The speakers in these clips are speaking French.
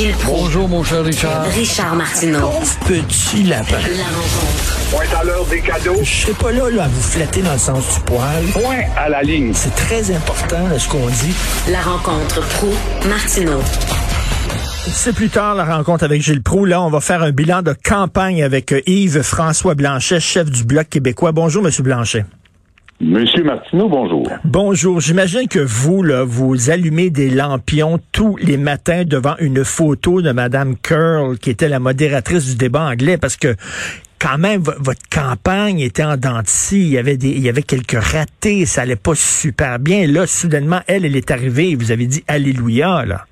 Gilles Proulx. Bonjour, mon cher Richard. Richard Martineau. Petit lapin. La rencontre. Point à l'heure des cadeaux. Je serai pas là à vous flatter dans le sens du poil. Point à la ligne. C'est très important ce qu'on dit. La rencontre Proulx-Martineau. C'est plus tard la rencontre avec Gilles Proulx. Là, on va faire un bilan de campagne avec Yves-François Blanchet, chef du Bloc québécois. Bonjour, Monsieur Blanchet. Monsieur Martineau, bonjour. Bonjour. J'imagine que vous, là, vous allumez des lampions tous les matins devant une photo de Mme Curl, qui était la modératrice du débat anglais, parce que quand même, votre campagne était en dents de scie. Il y avait quelques ratés. Ça allait pas super bien. Là, soudainement, elle est arrivée et vous avez dit Alléluia, là.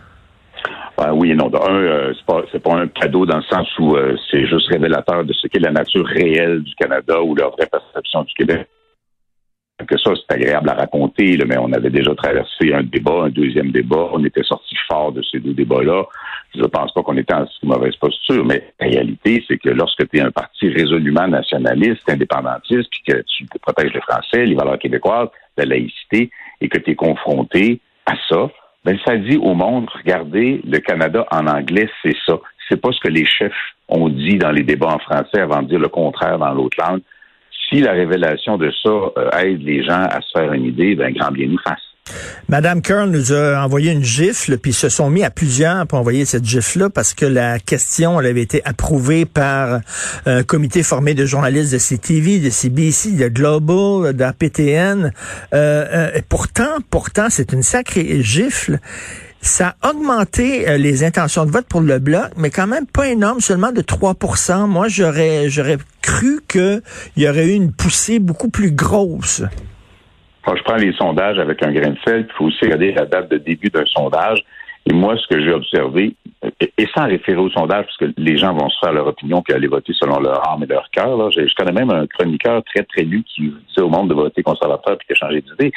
Oui et non. C'est pas un cadeau dans le sens où c'est juste révélateur de ce qu'est la nature réelle du Canada ou la vraie perception du Québec. Que ça, c'est agréable à raconter, là, mais on avait déjà traversé un débat, un deuxième débat. On était sorti fort de ces deux débats-là. Je ne pense pas qu'on était en si mauvaise posture, mais la réalité, c'est que lorsque tu es un parti résolument nationaliste, indépendantiste, puis que tu protèges les Français, les valeurs québécoises, la laïcité, et que tu es confronté à ça, ben ça dit au monde, regardez, le Canada en anglais, c'est ça. C'est pas ce que les chefs ont dit dans les débats en français avant de dire le contraire dans l'autre langue. Si la révélation de ça aide les gens à se faire une idée, ben grand bien nous fasse. Madame Curl nous a envoyé une gifle, puis ils se sont mis à plusieurs pour envoyer cette gifle-là parce que la question, elle avait été approuvée par un comité formé de journalistes de CTV, de CBC, de Global, d'APTN. Et pourtant, c'est une sacrée gifle. Ça a augmenté les intentions de vote pour le Bloc, mais quand même pas énorme, seulement de 3%. Moi, j'aurais cru qu'il y aurait eu une poussée beaucoup plus grosse. Quand je prends les sondages avec un grain de sel, il faut aussi regarder la date de début d'un sondage. Et moi, ce que j'ai observé, et sans référer au sondage, parce que les gens vont se faire leur opinion puis aller voter selon leur âme et leur cœur. Là. Je connais même un chroniqueur très, très lu qui disait au monde de voter conservateur puis de changer d'idée.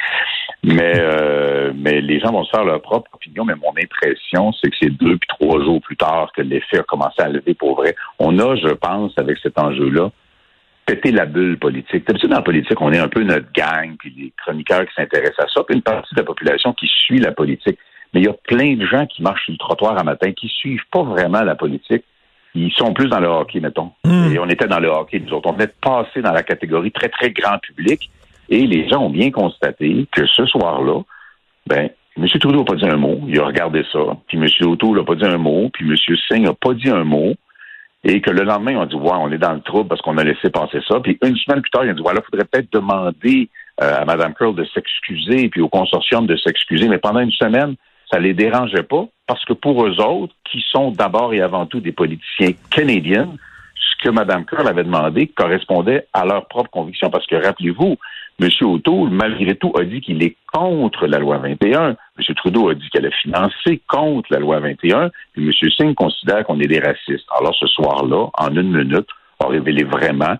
Mais les gens vont se faire leur propre opinion. Mais mon impression, c'est que c'est 2 puis 3 jours plus tard que l'effet a commencé à lever pour vrai. On a, je pense, avec cet enjeu-là, péter la bulle politique. D'habitude, dans la politique, on est un peu notre gang, puis les chroniqueurs qui s'intéressent à ça, puis une partie de la population qui suit la politique. Mais il y a plein de gens qui marchent sur le trottoir un matin, qui suivent pas vraiment la politique. Ils sont plus dans le hockey, mettons. Et on était dans le hockey, nous autres. On venait de passer dans la catégorie très, très grand public, et les gens ont bien constaté que ce soir-là, ben, M. Trudeau n'a pas dit un mot, il a regardé ça, puis M. O'Toole n'a pas dit un mot, puis M. Singh n'a pas dit un mot, et que le lendemain, on a dit, ouais, on est dans le trouble parce qu'on a laissé passer ça. Puis une semaine plus tard, il a dit, voilà, il faudrait peut-être demander à Mme Curl de s'excuser, puis au consortium de s'excuser. Mais pendant une semaine, ça les dérangeait pas, parce que pour eux autres, qui sont d'abord et avant tout des politiciens canadiens, ce que Mme Curl avait demandé correspondait à leur propre conviction. Parce que, rappelez-vous, M. O'Toole, malgré tout, a dit qu'il est contre la loi 21. M. Trudeau a dit qu'elle a financé contre la loi 21. Puis M. Singh considère qu'on est des racistes. Alors, ce soir-là, en une minute, a révélé vraiment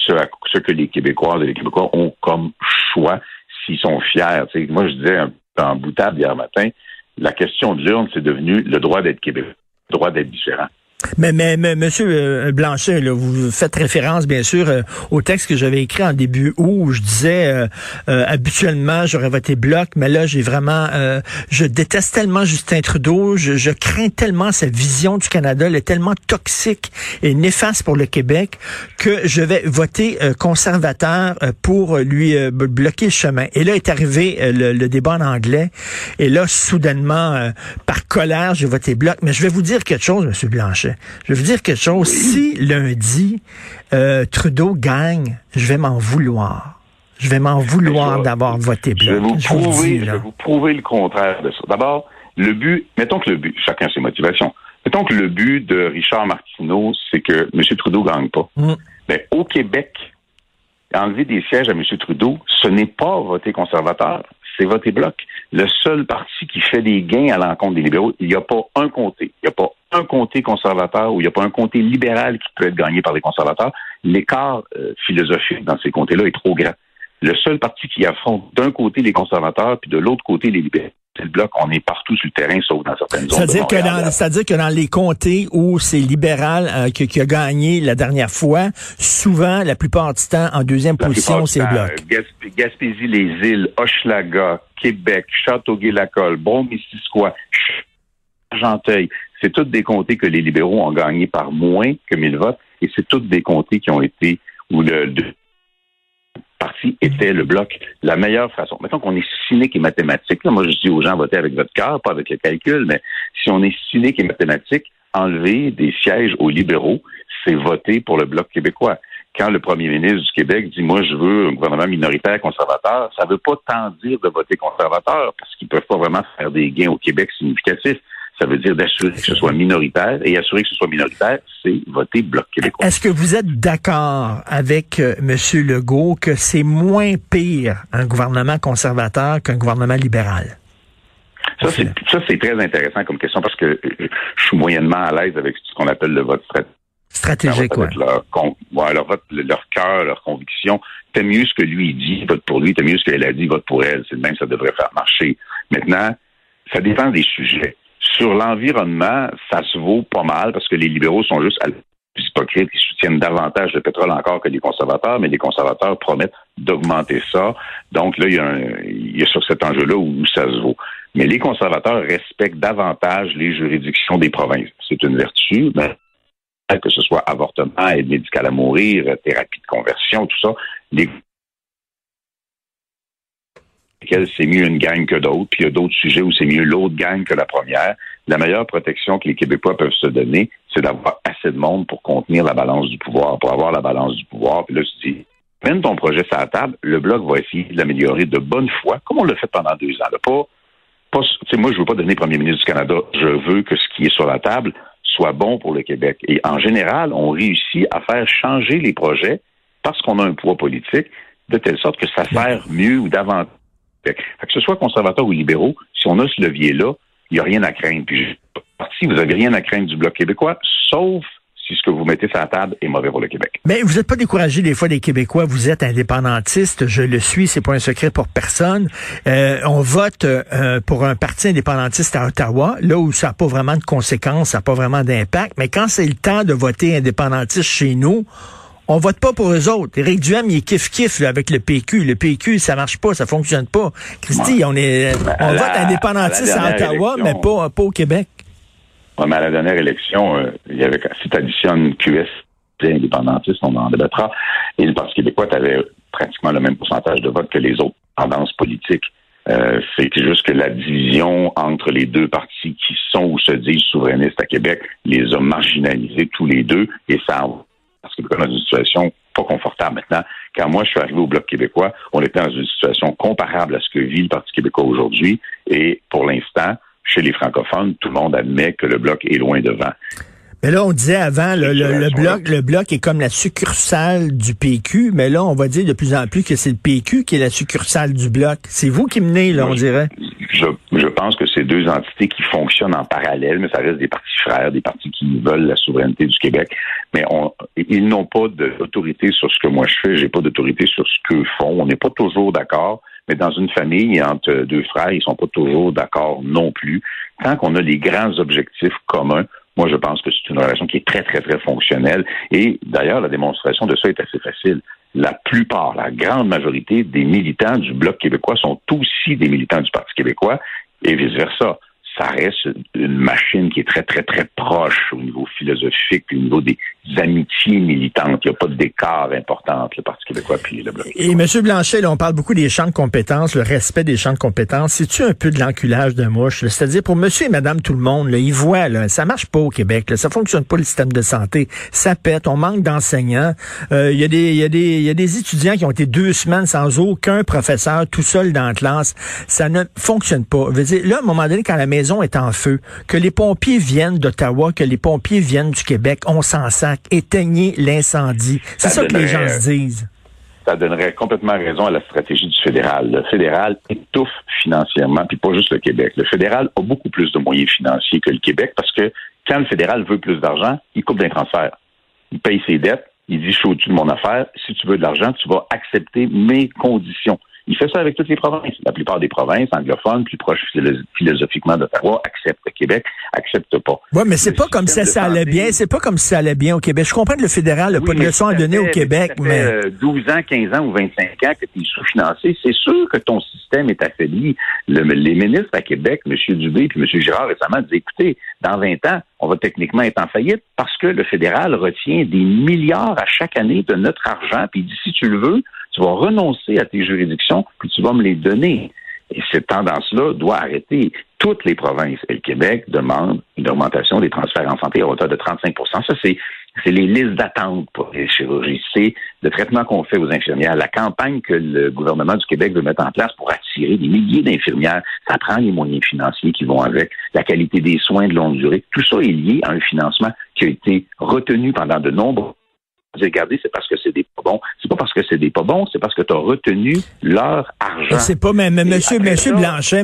ce que les Québécoises et les Québécois ont comme choix s'ils sont fiers. T'sais, moi, je disais en boutade hier matin, la question de l'urne, c'est devenu le droit d'être québécois, le droit d'être différent. Mais Monsieur Blanchet, là, vous faites référence bien sûr au texte que j'avais écrit en début où je disais habituellement j'aurais voté Bloc, mais là j'ai vraiment je déteste tellement Justin Trudeau, je crains tellement sa vision du Canada, elle est tellement toxique et néfaste pour le Québec que je vais voter conservateur pour lui bloquer le chemin. Et là est arrivé le débat en anglais et là soudainement par colère j'ai voté Bloc. Mais je vais vous dire quelque chose, Monsieur Blanchet. Je vais vous dire quelque chose. Si lundi, Trudeau gagne, je vais m'en vouloir. Je vais m'en vouloir d'avoir voté Bloc. Je vais vous prouver le contraire de ça. D'abord, mettons que le but, chacun ses motivations, mettons que le but de Richard Martineau, c'est que M. Trudeau ne gagne pas. Ben, au Québec, enlever des sièges à M. Trudeau, ce n'est pas voter conservateur, c'est voter Bloc. Le seul parti qui fait des gains à l'encontre des libéraux, il n'y a pas un comté. Il n'y a pas un comté conservateur ou il n'y a pas un comté libéral qui peut être gagné par les conservateurs. L'écart philosophique dans ces comtés-là est trop grand. Le seul parti qui affronte d'un côté les conservateurs puis de l'autre côté les libéraux, c'est le Bloc. On est partout sur le terrain, sauf dans certaines zones. C'est-à-dire que dans les comtés où c'est libéral qui a gagné la dernière fois, souvent, la plupart du temps, en deuxième position, c'est le Bloc. Gaspésie, les îles, Hochelaga, Québec, Châteauguay-Lacolle, Brome-Missisquoi, Argenteuil, C'est toutes des comtés que les libéraux ont gagné par moins que 1000 votes, et c'est toutes des comtés qui ont été où le parti était le Bloc. La meilleure façon. Mettons qu'on est cynique et mathématique. Là, moi, je dis aux gens, votez avec votre cœur, pas avec le calcul, mais si on est cynique et mathématique, enlever des sièges aux libéraux, c'est voter pour le Bloc québécois. Quand le premier ministre du Québec dit « Moi, je veux un gouvernement minoritaire conservateur », ça ne veut pas tant dire de voter conservateur, parce qu'ils ne peuvent pas vraiment faire des gains au Québec significatifs. Ça veut dire d'assurer que ce soit minoritaire, et assurer que ce soit minoritaire, c'est voter Bloc québécois. Est-ce que vous êtes d'accord avec M. Legault que c'est moins pire un gouvernement conservateur qu'un gouvernement libéral? Ça, c'est très intéressant comme question, parce que je suis moyennement à l'aise avec ce qu'on appelle le vote stratégique. Ouais. Leur vote, leur cœur, leur conviction. T'aimes mieux ce que lui dit, vote pour lui. T'aimes mieux ce qu'elle a dit, vote pour elle. C'est le même, ça devrait faire marcher. Maintenant, ça dépend des sujets. Sur l'environnement, ça se vaut pas mal parce que les libéraux sont juste hypocrites. Ils soutiennent davantage le pétrole encore que les conservateurs, mais les conservateurs promettent d'augmenter ça. Donc là, il y a sur cet enjeu-là où ça se vaut. Mais les conservateurs respectent davantage les juridictions des provinces. C'est une vertu, mais que ce soit avortement, aide médicale à mourir, thérapie de conversion, tout ça, c'est mieux une gang que d'autres, puis il y a d'autres sujets où c'est mieux l'autre gang que la première. La meilleure protection que les Québécois peuvent se donner, c'est d'avoir assez de monde pour contenir la balance du pouvoir, pour avoir la balance du pouvoir. Puis là, tu dis, mène ton projet sur la table, le Bloc va essayer de l'améliorer de bonne foi, comme on l'a fait pendant 2 ans. Là, moi, je veux pas devenir premier ministre du Canada. Je veux que ce qui est sur la table soit bon pour le Québec. Et en général, on réussit à faire changer les projets parce qu'on a un poids politique de telle sorte que ça sert mieux ou davantage. Fait que ce soit conservateurs ou libéraux, si on a ce levier-là, il n'y a rien à craindre. Puis, si vous n'avez rien à craindre du Bloc québécois, sauf si ce que vous mettez sur la table est mauvais pour le Québec. Mais vous n'êtes pas découragé des fois des Québécois, vous êtes indépendantiste, je le suis, c'est pas un secret pour personne. On vote pour un parti indépendantiste à Ottawa, là où ça n'a pas vraiment de conséquences, ça n'a pas vraiment d'impact, mais quand c'est le temps de voter indépendantiste chez nous, on vote pas pour eux autres. Éric Duhem, il est kiff-kiff là, avec le PQ. Le PQ, ça marche pas, ça fonctionne pas. Christy, on vote indépendantiste à Ottawa, mais pas au Québec. Ouais, mais à la dernière élection, il y avait, si tu additionnes QS et indépendantiste, on en débattra, et le Parti québécois, tu avais pratiquement le même pourcentage de votes que les autres tendances politiques. C'est juste que la division entre les deux partis qui sont ou se disent souverainistes à Québec les a marginalisés tous les deux, et ça parce que dans une situation pas confortable maintenant. Quand moi, je suis arrivé au Bloc québécois, on était dans une situation comparable à ce que vit le Parti québécois aujourd'hui. Et pour l'instant, chez les francophones, tout le monde admet que le Bloc est loin devant. Mais là, on disait avant, le bloc est comme la succursale du PQ, mais là, on va dire de plus en plus que c'est le PQ qui est la succursale du Bloc. C'est vous qui menez, là, on dirait. Je pense que c'est deux entités qui fonctionnent en parallèle, mais ça reste des partis frères, des partis qui veulent la souveraineté du Québec. Mais ils n'ont pas d'autorité sur ce que moi je fais, j'ai pas d'autorité sur ce qu'eux font. On n'est pas toujours d'accord, mais dans une famille, entre deux frères, ils sont pas toujours d'accord non plus. Tant qu'on a les grands objectifs communs, moi, je pense que c'est une relation qui est très, très, très fonctionnelle. Et d'ailleurs, la démonstration de ça est assez facile. La plupart, la grande majorité des militants du Bloc québécois sont aussi des militants du Parti québécois et vice-versa. Ça reste une machine qui est très, très, très proche au niveau philosophique, au niveau des amitiés militantes. Il n'y a pas d'écart important entre le Parti québécois et le Bloc québécois. Et M. Blanchet, là, on parle beaucoup des champs de compétences, le respect des champs de compétences. C'est-tu un peu de l'enculage de mouche? C'est-à-dire, pour monsieur et madame tout le monde, là, ils voient, là, ça marche pas au Québec, là, ça fonctionne pas le système de santé, ça pète, on manque d'enseignants. Il y a des étudiants qui ont été 2 semaines sans aucun professeur, tout seul dans la classe. Ça ne fonctionne pas. Je veux dire, là, à un moment donné, quand la maison est en feu, que les pompiers viennent d'Ottawa, que les pompiers viennent du Québec, on s'en sac, éteignez l'incendie. C'est ça que les gens se disent. Ça donnerait complètement raison à la stratégie du fédéral. Le fédéral étouffe financièrement, puis pas juste le Québec. Le fédéral a beaucoup plus de moyens financiers que le Québec parce que quand le fédéral veut plus d'argent, il coupe d'un transfert. Il paye ses dettes, il dit « je suis au-dessus de mon affaire, si tu veux de l'argent, tu vas accepter mes conditions ». Il fait ça avec toutes les provinces. La plupart des provinces anglophones, plus proches philosophiquement d'Ottawa, acceptent. Le Québec accepte pas. Oui, mais c'est pas comme si ça allait bien. C'est pas comme si ça allait bien au Québec. Je comprends que le fédéral n'a pas de leçon à donner au Québec, mais... Ça fait 12 ans, 15 ans ou 25 ans que tu es sous-financé. C'est sûr que ton système est affaibli. Les ministres à Québec, M. Dubé et M. Girard récemment, disaient, écoutez, dans 20 ans, on va techniquement être en faillite parce que le fédéral retient des milliards à chaque année de notre argent, puis il dit, si tu le veux, tu vas renoncer à tes juridictions, puis tu vas me les donner. Et cette tendance-là doit arrêter. Toutes les provinces et le Québec demandent une augmentation des transferts en santé à hauteur de 35 %. Ça, c'est les listes d'attente pour les chirurgies. C'est le traitement qu'on fait aux infirmières. La campagne que le gouvernement du Québec veut mettre en place pour attirer des milliers d'infirmières, ça prend les moyens financiers qui vont avec, la qualité des soins de longue durée. Tout ça est lié à un financement qui a été retenu pendant de nombreux. Regardez, c'est parce que c'est des pas bons. C'est pas parce que c'est des pas bons, c'est parce que tu as retenu leur argent. C'est pas, mais monsieur Blanchet,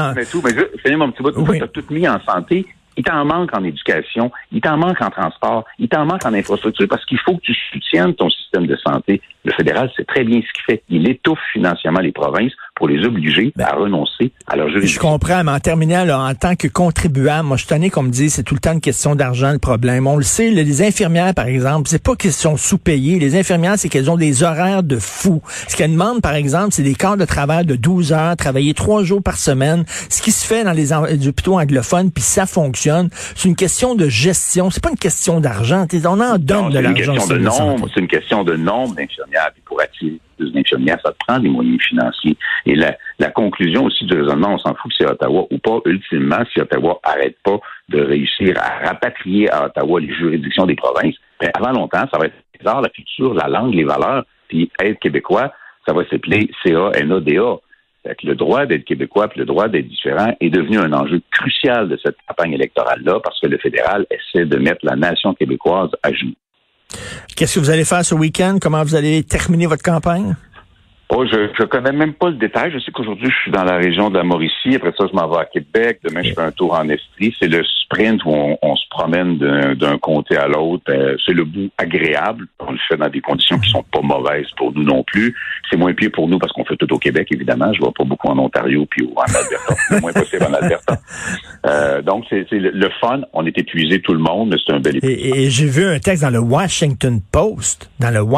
finis mon petit bout. Tu as tout mis en santé. Il t'en manque en éducation, il t'en manque en transport, il t'en manque en infrastructure parce qu'il faut que tu soutiennes ton système de santé. Le fédéral sait très bien ce qu'il fait. Il étouffe financièrement les provinces pour les obliger à renoncer à leur juridiction. Je comprends, mais en terminant, là, en tant que contribuable, moi, je suis tanné qu'on me dise c'est tout le temps une question d'argent le problème. On le sait, les infirmières, par exemple, c'est pas qu'elles sont sous-payées. Les infirmières, c'est qu'elles ont des horaires de fou. Ce qu'elles demandent, par exemple, c'est des quarts de travail de 12 heures, travailler 3 jours par semaine. Ce qui se fait dans les hôpitaux anglophones, puis ça fonctionne. C'est une question de gestion. C'est pas une question d'argent. On en donne de l'argent. C'est une question de nombre d'infirmières. Puis pour attirer plus d'infirmières, ça te prend des moyens financiers. Et la conclusion aussi du raisonnement, on s'en fout que c'est Ottawa ou pas. Ultimement, si Ottawa arrête pas de réussir à rapatrier à Ottawa les juridictions des provinces, ben avant longtemps, ça va être bizarre, la culture, la langue, les valeurs, puis être québécois, ça va s'appeler CA-NADA. Le droit d'être québécois puis le droit d'être différent est devenu un enjeu crucial de cette campagne électorale-là parce que le fédéral essaie de mettre la nation québécoise à genoux. Qu'est-ce que vous allez faire ce week-end? Comment vous allez terminer votre campagne? Oh, je connais même pas le détail. Je sais qu'aujourd'hui, je suis dans la région de la Mauricie. Après ça, je m'en vais à Québec. Demain, je fais un tour en Estrie. C'est le sprint où on se promène d'un comté à l'autre. C'est le bout agréable. On le fait dans des conditions qui sont pas mauvaises pour nous non plus. C'est moins pire pour nous parce qu'on fait tout au Québec, évidemment. Je vais pas beaucoup en Ontario puis en Alberta. Le moins possible en Alberta. Donc, c'est le fun. On est épuisé tout le monde, mais c'est un bel épisode. Et j'ai vu un texte dans le Washington Post.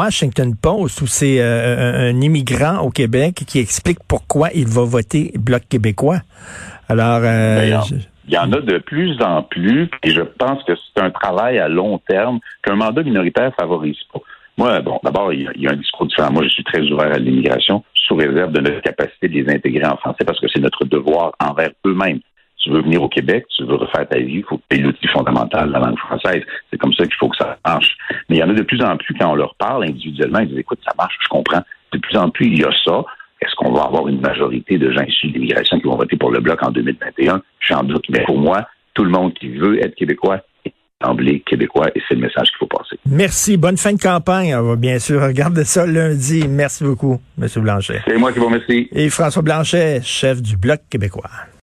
Où c'est un immigrant au Québec qui explique pourquoi il va voter Bloc québécois. Alors, il y en a de plus en plus, et je pense que c'est un travail à long terme qu'un mandat minoritaire favorise pas. Moi, bon, d'abord, il y a un discours différent. Moi, je suis très ouvert à l'immigration, sous réserve de notre capacité de les intégrer en français, parce que c'est notre devoir envers eux-mêmes. Tu veux venir au Québec, tu veux refaire ta vie, il faut que tu aies l'outil fondamental de la langue française. C'est comme ça qu'il faut que ça marche. Mais il y en a de plus en plus, quand on leur parle individuellement, ils disent, écoute, ça marche, je comprends. De plus en plus, il y a ça. Est-ce qu'on va avoir une majorité de gens issus de l'immigration qui vont voter pour le Bloc en 2021? J'en doute. Mais pour moi, tout le monde qui veut être québécois est d'emblée québécois et c'est le message qu'il faut passer. Merci. Bonne fin de campagne. On va bien sûr regarder ça lundi. Merci beaucoup, M. Blanchet. C'est moi qui vous remercie. Et François Blanchet, chef du Bloc québécois.